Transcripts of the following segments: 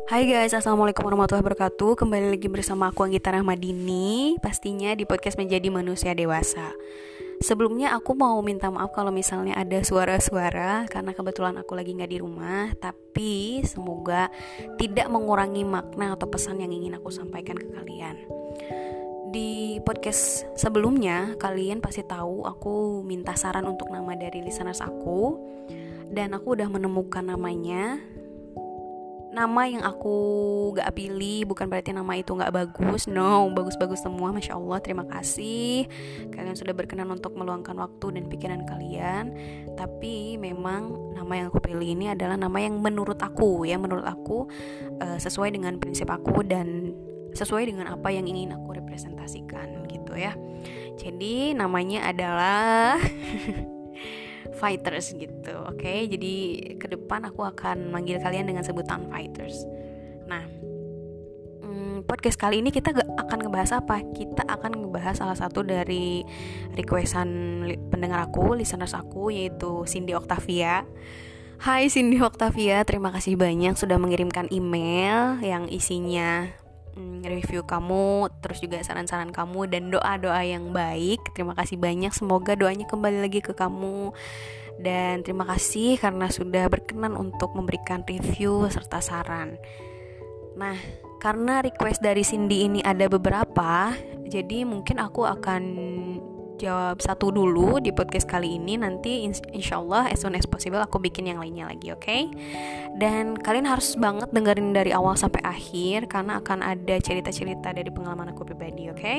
Hai guys, assalamualaikum warahmatullahi wabarakatuh. Kembali lagi bersama aku Anggita Rahmadini, pastinya di podcast Menjadi Manusia Dewasa. Sebelumnya aku mau minta maaf kalau misalnya ada suara-suara, karena kebetulan aku lagi gak di rumah. Tapi semoga tidak mengurangi makna atau pesan yang ingin aku sampaikan ke kalian. Di podcast sebelumnya, kalian pasti tahu aku minta saran untuk nama dari listeners aku. Dan aku udah menemukan namanya. Nama yang aku gak pilih bukan berarti nama itu gak bagus. No, bagus-bagus semua, Masya Allah, terima kasih. Kalian sudah berkenan untuk meluangkan waktu dan pikiran kalian. Tapi memang nama yang aku pilih ini adalah nama yang menurut aku sesuai dengan prinsip aku dan sesuai dengan apa yang ingin aku representasikan gitu ya. Jadi namanya adalah Fighters gitu, oke? Jadi ke depan aku akan manggil kalian dengan sebutan Fighters. Nah, podcast kali ini kita akan ngebahas apa? Kita akan ngebahas salah satu dari requestan pendengar aku, listeners aku, yaitu Cindy Octavia. Hai Cindy Octavia, terima kasih banyak sudah mengirimkan email yang isinya review kamu, terus juga saran-saran kamu dan doa-doa yang baik. Terima kasih banyak, semoga doanya kembali lagi ke kamu. Dan terima kasih karena sudah berkenan untuk memberikan review serta saran. Nah, karena request dari Cindy ini ada beberapa, jadi mungkin aku akan jawab satu dulu di podcast kali ini. Nanti insyaallah as soon as possible aku bikin yang lainnya lagi, oke? Dan kalian harus banget dengerin dari awal sampai akhir karena akan ada cerita-cerita dari pengalaman aku pribadi, oke?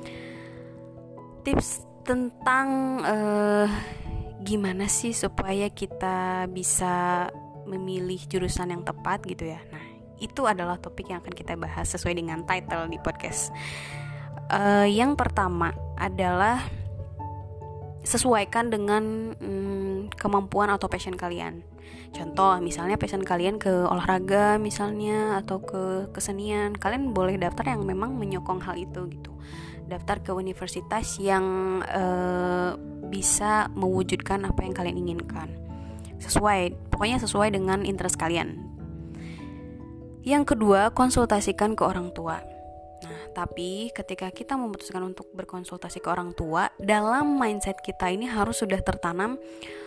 Tips tentang gimana sih supaya kita bisa memilih jurusan yang tepat gitu ya. Nah, itu adalah topik yang akan kita bahas sesuai dengan title di podcast. Yang pertama adalah sesuaikan dengan kemampuan atau passion kalian. Contoh, misalnya passion kalian ke olahraga misalnya atau ke kesenian, kalian boleh daftar yang memang menyokong hal itu gitu. Daftar ke universitas yang bisa mewujudkan apa yang kalian inginkan. Pokoknya sesuai dengan interest kalian. Yang kedua, konsultasikan ke orang tua. Nah, tapi ketika kita memutuskan untuk berkonsultasi ke orang tua, dalam mindset kita ini harus sudah tertanam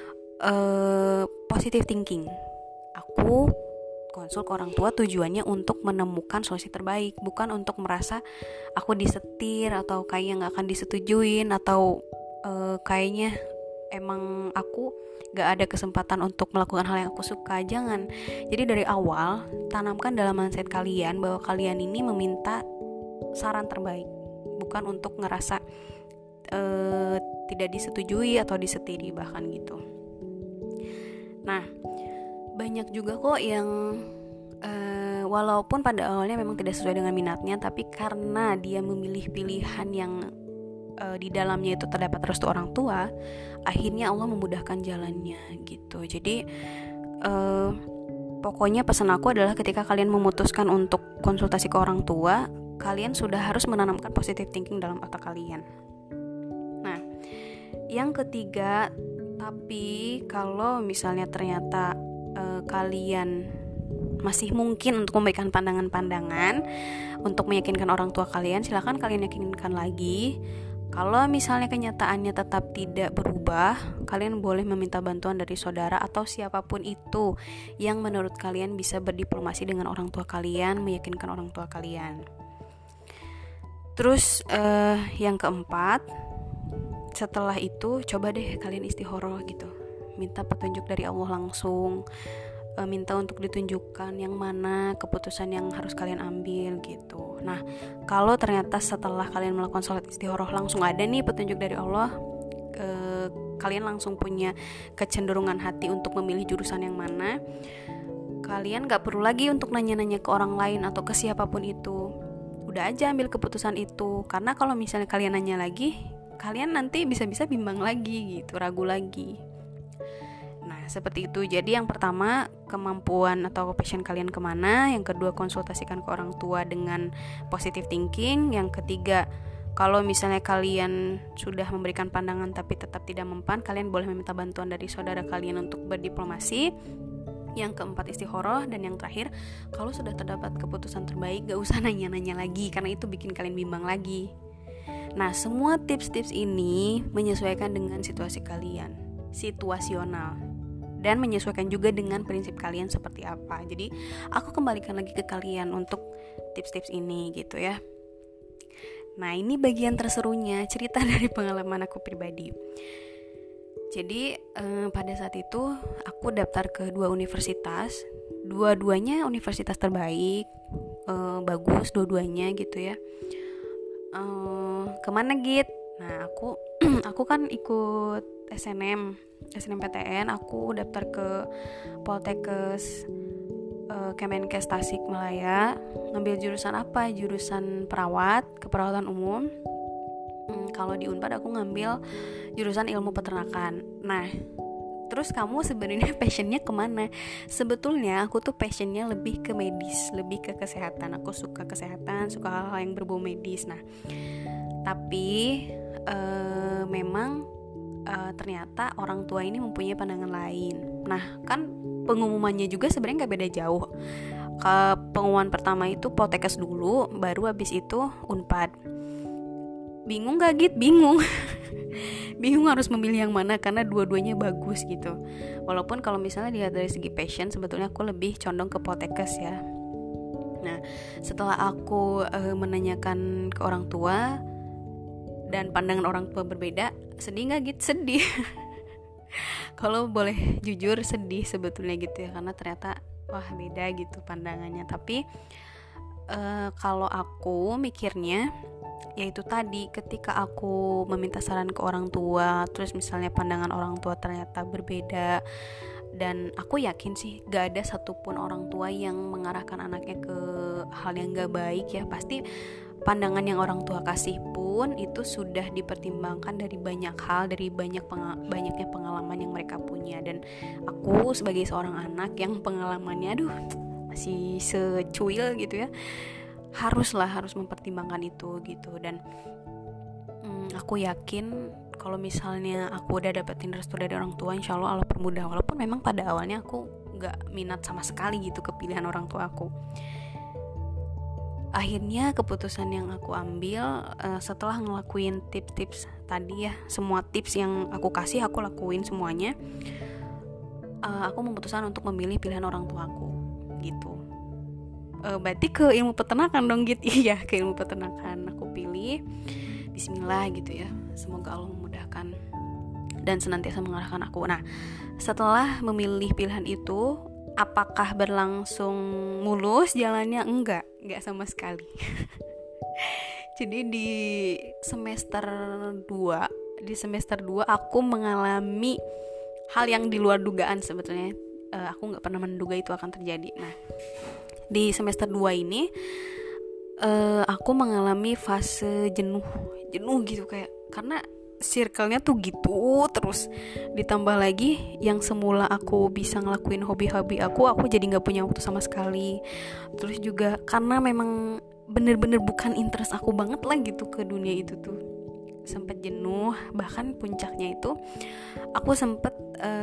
positive thinking. Aku konsul ke orang tua tujuannya untuk menemukan solusi terbaik, bukan untuk merasa aku disetir atau kayaknya gak akan disetujuin atau kayaknya emang aku gak ada kesempatan untuk melakukan hal yang aku suka. Jangan. Jadi dari awal tanamkan dalam mindset kalian bahwa kalian ini meminta saran terbaik, bukan untuk ngerasa tidak disetujui atau disetiri bahkan gitu. Nah, banyak juga kok yang walaupun pada awalnya memang tidak sesuai dengan minatnya, tapi karena dia memilih pilihan yang di dalamnya itu terdapat restu orang tua, akhirnya Allah memudahkan jalannya gitu. Jadi pokoknya pesan aku adalah ketika kalian memutuskan untuk konsultasi ke orang tua, kalian sudah harus menanamkan positive thinking dalam otak kalian. Nah, yang ketiga, tapi kalau misalnya ternyata kalian masih mungkin untuk memberikan pandangan-pandangan untuk meyakinkan orang tua kalian, silakan kalian yakinkan lagi. Kalau misalnya kenyataannya tetap tidak berubah, kalian boleh meminta bantuan dari saudara atau siapapun itu yang menurut kalian bisa berdiplomasi dengan orang tua kalian, meyakinkan orang tua kalian. Terus yang keempat, setelah itu coba deh kalian istikharah gitu, minta petunjuk dari Allah langsung, minta untuk ditunjukkan yang mana keputusan yang harus kalian ambil gitu. Nah, kalau ternyata setelah kalian melakukan sholat istikharah langsung ada nih petunjuk dari Allah, kalian langsung punya kecenderungan hati untuk memilih jurusan yang mana, kalian gak perlu lagi untuk nanya-nanya ke orang lain atau ke siapapun itu. Udah aja ambil keputusan itu. Karena kalau misalnya kalian nanya lagi, kalian nanti bisa-bisa bimbang lagi gitu, ragu lagi. Nah, seperti itu. Jadi yang pertama, kemampuan atau passion kalian kemana. Yang kedua, konsultasikan ke orang tua dengan positive thinking. Yang ketiga, kalau misalnya kalian sudah memberikan pandangan tapi tetap tidak mempan, kalian boleh meminta bantuan dari saudara kalian untuk berdiplomasi. Yang keempat istikharah, dan yang terakhir kalau sudah terdapat keputusan terbaik gak usah nanya-nanya lagi karena itu bikin kalian bimbang lagi. Nah, semua tips-tips ini menyesuaikan dengan situasi kalian, situasional, dan menyesuaikan juga dengan prinsip kalian seperti apa. Jadi aku kembalikan lagi ke kalian untuk tips-tips ini gitu ya. Nah, ini bagian terserunya, cerita dari pengalaman aku pribadi. Jadi pada saat itu aku daftar ke 2 universitas, dua-duanya universitas terbaik, bagus dua-duanya gitu ya. Kemana Git? Nah, aku kan ikut SNMPTN, aku daftar ke Poltekkes Kemenkes Tasikmalaya, ngambil jurusan apa? Jurusan keperawatan umum. Kalau di Unpad aku ngambil jurusan ilmu peternakan. Nah, terus kamu sebenarnya passionnya kemana? Sebetulnya aku tuh passionnya lebih ke medis, lebih ke kesehatan. Aku suka kesehatan, suka hal-hal yang berbau medis. Nah, tapi memang ternyata orang tua ini mempunyai pandangan lain. Nah, kan pengumumannya juga sebenarnya nggak beda jauh. Pengumuman pertama itu Poltekkes dulu, baru habis itu Unpad. Bingung gak Git? Bingung. Bingung harus memilih yang mana karena dua-duanya bagus gitu. Walaupun kalau misalnya dilihat dari segi passion, sebetulnya aku lebih condong ke Poltekkes ya. Nah, setelah aku menanyakan ke orang tua dan pandangan orang tua berbeda, sedih gak Git? Sedih. Kalau boleh jujur sedih sebetulnya gitu ya, karena ternyata wah beda gitu pandangannya. Tapi kalau aku mikirnya yaitu tadi, ketika aku meminta saran ke orang tua, terus misalnya pandangan orang tua ternyata berbeda, dan aku yakin sih gak ada satupun orang tua yang mengarahkan anaknya ke hal yang gak baik ya. Pasti pandangan yang orang tua kasih pun itu sudah dipertimbangkan dari banyak hal, dari banyaknya pengalaman yang mereka punya. Dan aku sebagai seorang anak yang pengalamannya masih secuil gitu ya, harus mempertimbangkan itu gitu. Dan aku yakin kalau misalnya aku udah dapetin restu dari orang tua, insya Allah permudah. Walaupun memang pada awalnya aku gak minat sama sekali gitu ke pilihan orang tua aku. Akhirnya keputusan yang aku ambil setelah ngelakuin tips-tips tadi ya, semua tips yang aku kasih aku lakuin semuanya. Aku memutuskan untuk memilih pilihan orang tua aku gitu. Berarti ke ilmu peternakan dong gitu. Iya, ke ilmu peternakan aku pilih. Bismillah gitu ya, semoga Allah memudahkan dan senantiasa mengarahkan aku. Nah, setelah memilih pilihan itu, apakah berlangsung mulus jalannya? Enggak sama sekali. Jadi di semester 2 aku mengalami hal yang di luar dugaan sebetulnya. Aku gak pernah menduga itu akan terjadi. Nah, di semester 2 ini aku mengalami fase jenuh gitu, kayak karena circle-nya tuh gitu terus, ditambah lagi yang semula aku bisa ngelakuin hobi-hobi aku jadi gak punya waktu sama sekali. Terus juga karena memang bener-bener bukan interest aku banget lah gitu ke dunia itu tuh, sempet jenuh. Bahkan puncaknya itu aku sempet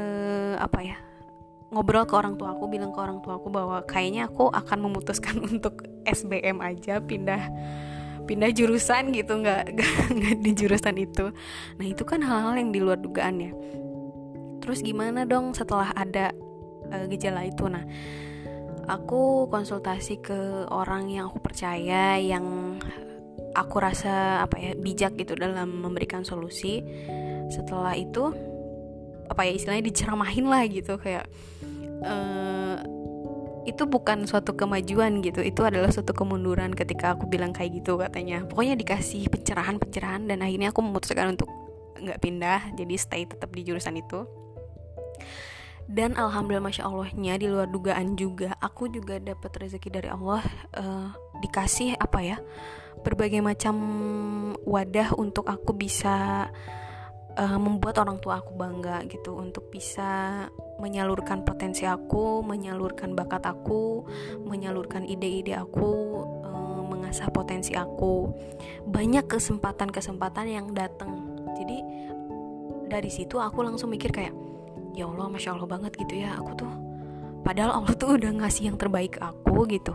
ngobrol ke orang tua aku, bilang ke orang tua aku bahwa kayaknya aku akan memutuskan untuk SBM aja, pindah jurusan gitu, nggak di jurusan itu. Nah, itu kan hal-hal yang di luar dugaan ya. Terus gimana dong setelah ada gejala itu? Nah, aku konsultasi ke orang yang aku percaya, yang aku rasa bijak gitu dalam memberikan solusi. Setelah itu istilahnya diceramahin lah gitu, kayak itu bukan suatu kemajuan gitu, itu adalah suatu kemunduran ketika aku bilang kayak gitu katanya. Pokoknya dikasih pencerahan dan akhirnya aku memutuskan untuk nggak pindah, jadi stay tetap di jurusan itu. Dan alhamdulillah, masya Allahnya di luar dugaan juga, aku juga dapat rezeki dari Allah, dikasih berbagai macam wadah untuk aku bisa membuat orang tua aku bangga gitu, untuk bisa menyalurkan potensi aku, menyalurkan bakat aku, menyalurkan ide-ide aku, mengasah potensi aku. Banyak kesempatan yang datang. Jadi dari situ aku langsung mikir kayak, ya Allah, masya Allah banget gitu ya, aku tuh padahal Allah tuh udah ngasih yang terbaik ke aku gitu.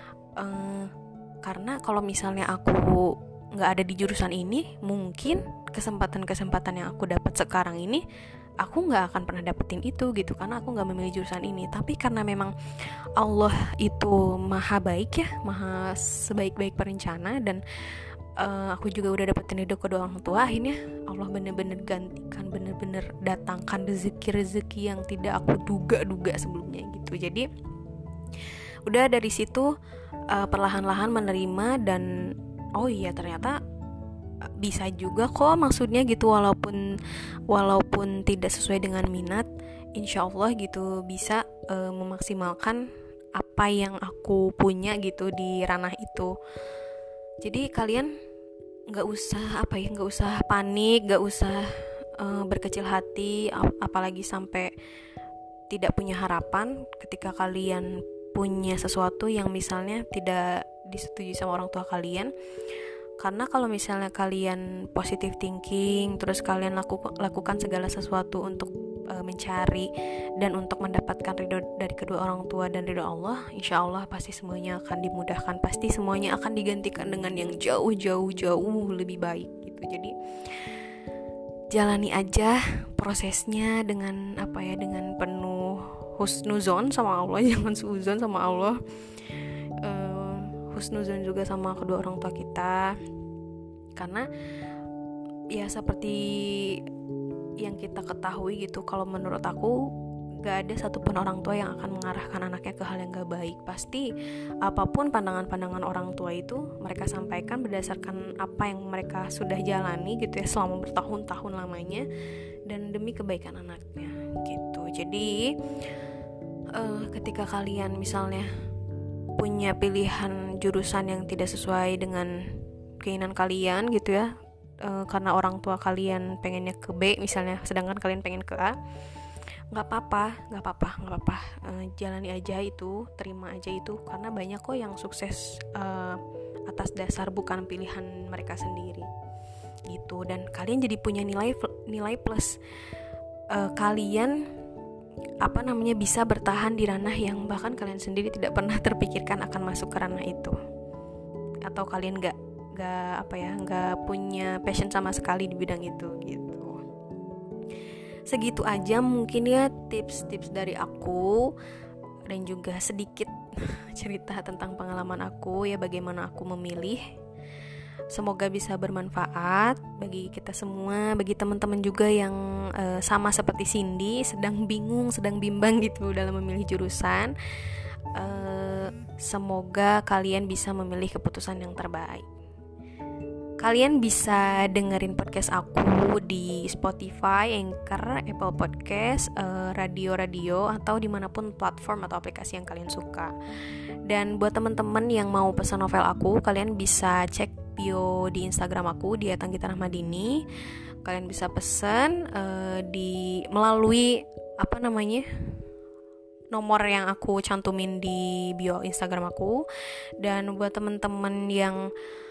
Karena kalau misalnya aku nggak ada di jurusan ini, mungkin kesempatan-kesempatan yang aku dapat sekarang ini aku nggak akan pernah dapetin itu gitu, karena aku nggak memilih jurusan ini. Tapi karena memang Allah itu maha baik ya, maha sebaik-baik perencana, dan aku juga udah dapetin ridho kedua orang tua, akhirnya Allah bener-bener gantikan, bener-bener datangkan rezeki yang tidak aku duga-duga sebelumnya gitu. Jadi udah dari situ perlahan-lahan menerima, dan oh iya ternyata bisa juga kok, maksudnya gitu, walaupun tidak sesuai dengan minat, insya Allah gitu bisa memaksimalkan apa yang aku punya gitu di ranah itu. Jadi kalian nggak usah panik, nggak usah berkecil hati, apalagi sampai tidak punya harapan ketika kalian punya sesuatu yang misalnya tidak disetujui sama orang tua kalian. Karena kalau misalnya kalian positive thinking, terus kalian lakukan segala sesuatu untuk mencari dan untuk mendapatkan ridho dari kedua orang tua dan ridho Allah, insya Allah pasti semuanya akan dimudahkan, pasti semuanya akan digantikan dengan yang jauh lebih baik gitu. Jadi jalani aja prosesnya dengan dengan penuh husnuzon sama Allah, jangan suuzon sama Allah. Husnuzon juga sama kedua orang tua kita, karena ya seperti yang kita ketahui gitu, kalau menurut aku gak ada satupun orang tua yang akan mengarahkan anaknya ke hal yang gak baik. Pasti apapun pandangan-pandangan orang tua itu mereka sampaikan berdasarkan apa yang mereka sudah jalani gitu ya selama bertahun-tahun lamanya, dan demi kebaikan anaknya gitu. Jadi ketika kalian misalnya punya pilihan jurusan yang tidak sesuai dengan keinginan kalian gitu ya, karena orang tua kalian pengennya ke B misalnya, sedangkan kalian pengen ke A, nggak apa-apa, jalani aja itu, terima aja itu, karena banyak kok yang sukses atas dasar bukan pilihan mereka sendiri gitu. Dan kalian jadi punya nilai plus, kalian bisa bertahan di ranah yang bahkan kalian sendiri tidak pernah terpikirkan akan masuk ke ranah itu, atau kalian nggak punya passion sama sekali di bidang itu gitu. Segitu aja mungkin ya tips-tips dari aku, dan juga sedikit cerita tentang pengalaman aku ya, bagaimana aku memilih. Semoga bisa bermanfaat bagi kita semua, bagi teman-teman juga yang sama seperti Cindy, sedang bingung, sedang bimbang gitu dalam memilih jurusan. Semoga kalian bisa memilih keputusan yang terbaik. Kalian bisa dengerin podcast aku di Spotify, Anchor, Apple Podcast, radio, atau dimanapun platform atau aplikasi yang kalian suka. Dan buat teman-teman yang mau pesan novel aku, kalian bisa cek bio di Instagram aku di @anggita_rahmadini. Kalian bisa pesan melalui nomor yang aku cantumin di bio Instagram aku. Dan buat teman-teman yang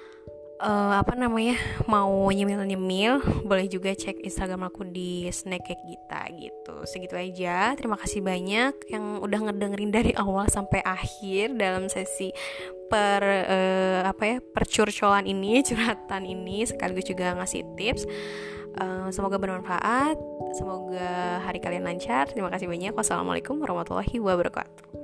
mau nyemil, boleh juga cek Instagram aku di Snack Cake Gita gitu. Segitu aja. Terima kasih banyak yang udah ngedengerin dari awal sampai akhir dalam sesi percurcolan ini, curhatan ini, sekaligus juga ngasih tips. Semoga bermanfaat, semoga hari kalian lancar. Terima kasih banyak. Wassalamualaikum warahmatullahi wabarakatuh.